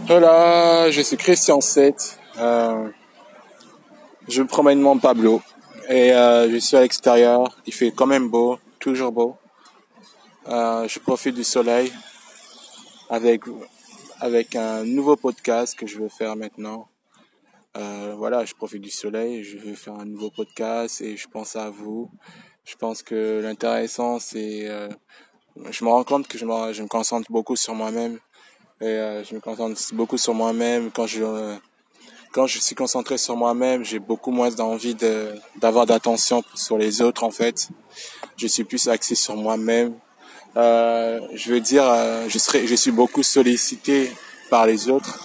Voilà, je suis Christian 7. Je me promène mon Pablo et je suis à l'extérieur. Il fait quand même beau, toujours beau. Je profite du soleil avec un nouveau podcast que je veux faire maintenant. Voilà, je profite du soleil, je veux faire un nouveau podcast et je pense à vous. Je pense que l'intéressant c'est, je me rends compte que je me concentre beaucoup sur moi-même et je me concentre beaucoup sur moi-même quand je suis concentré sur moi-même, j'ai beaucoup moins d'envie d'avoir d'attention sur les autres en fait. Je suis plus axé sur moi-même. Je veux dire, je suis beaucoup sollicité par les autres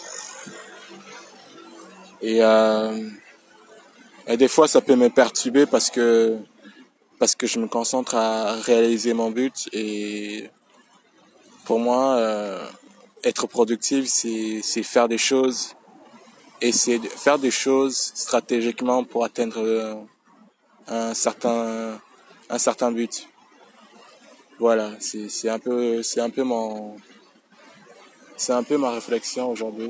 et, euh, et des fois ça peut me perturber parce que je me concentre à réaliser mon but et pour moi, être productif, c'est faire des choses et c'est faire des choses stratégiquement pour atteindre un certain un certain but. Voilà, c'est un peu ma réflexion aujourd'hui.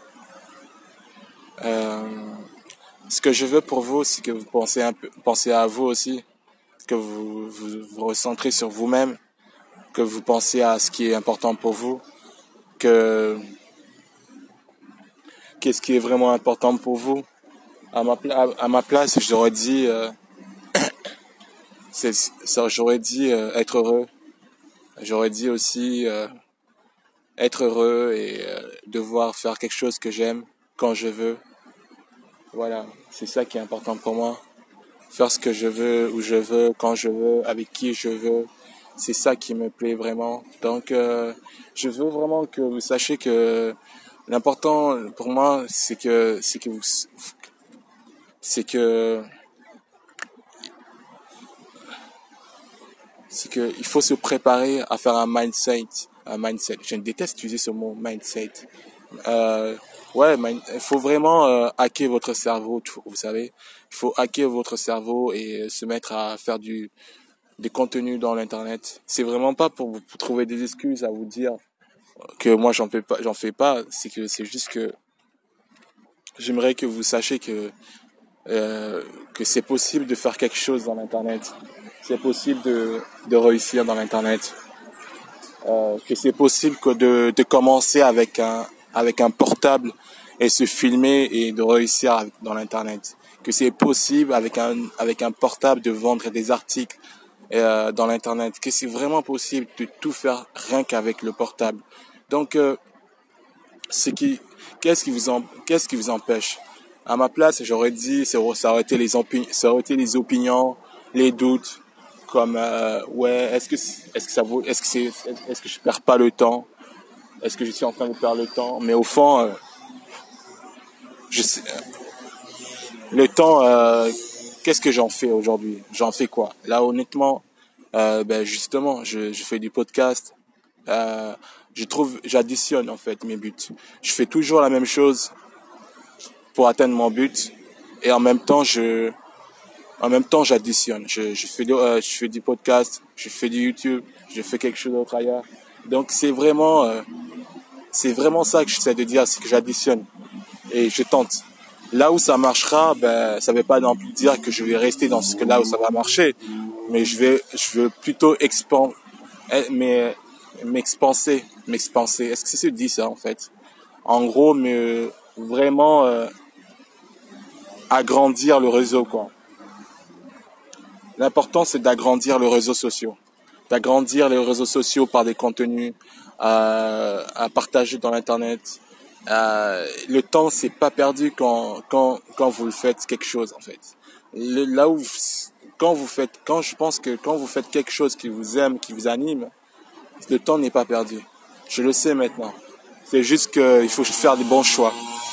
Euh, Ce que je veux pour vous, c'est que vous pensez à vous aussi, que vous recentrez sur vous-même, que vous pensez à ce qui est important pour vous, que qu'est-ce qui est vraiment important pour vous. À ma place, j'aurais dit j'aurais dit être heureux. J'aurais dit aussi être heureux et devoir faire quelque chose que j'aime quand je veux. Voilà, c'est ça qui est important pour moi. Faire ce que je veux, où je veux, quand je veux, avec qui je veux. C'est ça qui me plaît vraiment. Donc, je veux vraiment que vous sachiez que l'important pour moi, c'est que, c'est que il faut se préparer à faire un mindset. Je déteste utiliser ce mot mindset. Euh, ouais, il faut vraiment hacker votre cerveau, vous savez. Il faut hacker votre cerveau et se mettre à faire des contenus dans l'internet. C'est vraiment pas pour trouver des excuses à vous dire que moi j'en fais pas. C'est juste que j'aimerais que vous sachiez que c'est possible de faire quelque chose dans l'internet. C'est possible de réussir dans l'internet. Que c'est possible que de commencer avec un portable et se filmer et de réussir dans l'internet. Que c'est possible avec un portable de vendre des articles dans l'internet. Que c'est vraiment possible de tout faire rien qu'avec le portable. Donc ce qui qu'est-ce qui vous empêche? À ma place, j'aurais dit ça aurait été ça aurait été les opinions, les doutes comme ouais, est-ce que ça vaut est-ce que je perds pas le temps? Est-ce que je suis en train de perdre le temps? Mais au fond je sais, le temps qu'est-ce que j'en fais aujourd'hui? J'en fais quoi? Là honnêtement ben justement, je fais du podcast. Euh, j'additionne en fait mes buts. Je fais toujours la même chose pour atteindre mon but et en même temps j'additionne. Je fais du podcast, je fais du YouTube, je fais quelque chose d'autre ailleurs. Donc c'est vraiment ça que j'essaie de dire, c'est que j'additionne et je tente. Là où ça marchera, ben ça veut pas non plus dire que je vais rester dans ce que là où ça va marcher, mais je veux plutôt m'expanser. Est-ce que c'est ce que dit ça en fait? En gros, mais vraiment agrandir le réseau quoi. L'important c'est d'agrandir le réseau social, d'agrandir les réseaux sociaux par des contenus à partager dans l'internet. Le temps c'est pas perdu quand vous le faites quelque chose en fait. Là où quand je pense que quand vous faites quelque chose qui vous aime, qui vous anime, le temps n'est pas perdu. Je le sais maintenant. C'est juste qu'il faut faire des bons choix.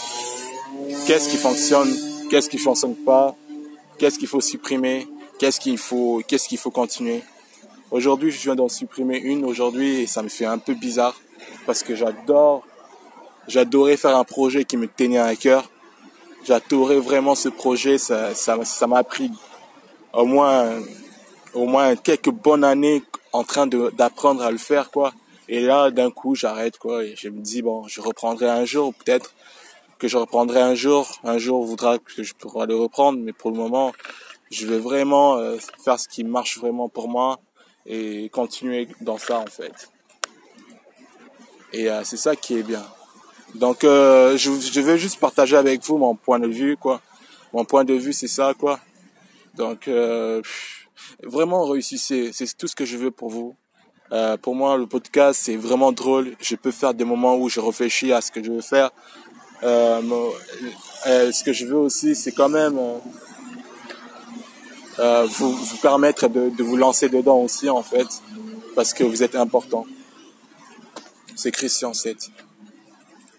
Qu'est-ce qui fonctionne pas, qu'est-ce qu'il faut supprimer, qu'est-ce qu'il faut continuer. Aujourd'hui, je viens d'en supprimer une aujourd'hui et ça me fait un peu bizarre parce que j'adorais faire un projet qui me tenait à cœur. J'adorais vraiment ce projet, ça m'a pris au moins quelques bonnes années en train d'apprendre à le faire quoi. Et là, d'un coup, j'arrête, quoi, et je me dis, bon, je reprendrai un jour, peut-être que je reprendrai un jour voudra que je pourrai le reprendre, mais pour le moment, je veux vraiment faire ce qui marche vraiment pour moi et continuer dans ça, en fait. Et c'est ça qui est bien. Donc, je veux juste partager avec vous mon point de vue, quoi. Mon point de vue, c'est ça, quoi. Donc, vraiment réussissez. C'est tout ce que je veux pour vous. Pour moi, le podcast, c'est vraiment drôle. Je peux faire des moments où je réfléchis à ce que je veux faire. Ce que je veux aussi, c'est quand même vous permettre de vous lancer dedans aussi, en fait, parce que vous êtes important. C'est Christian 7.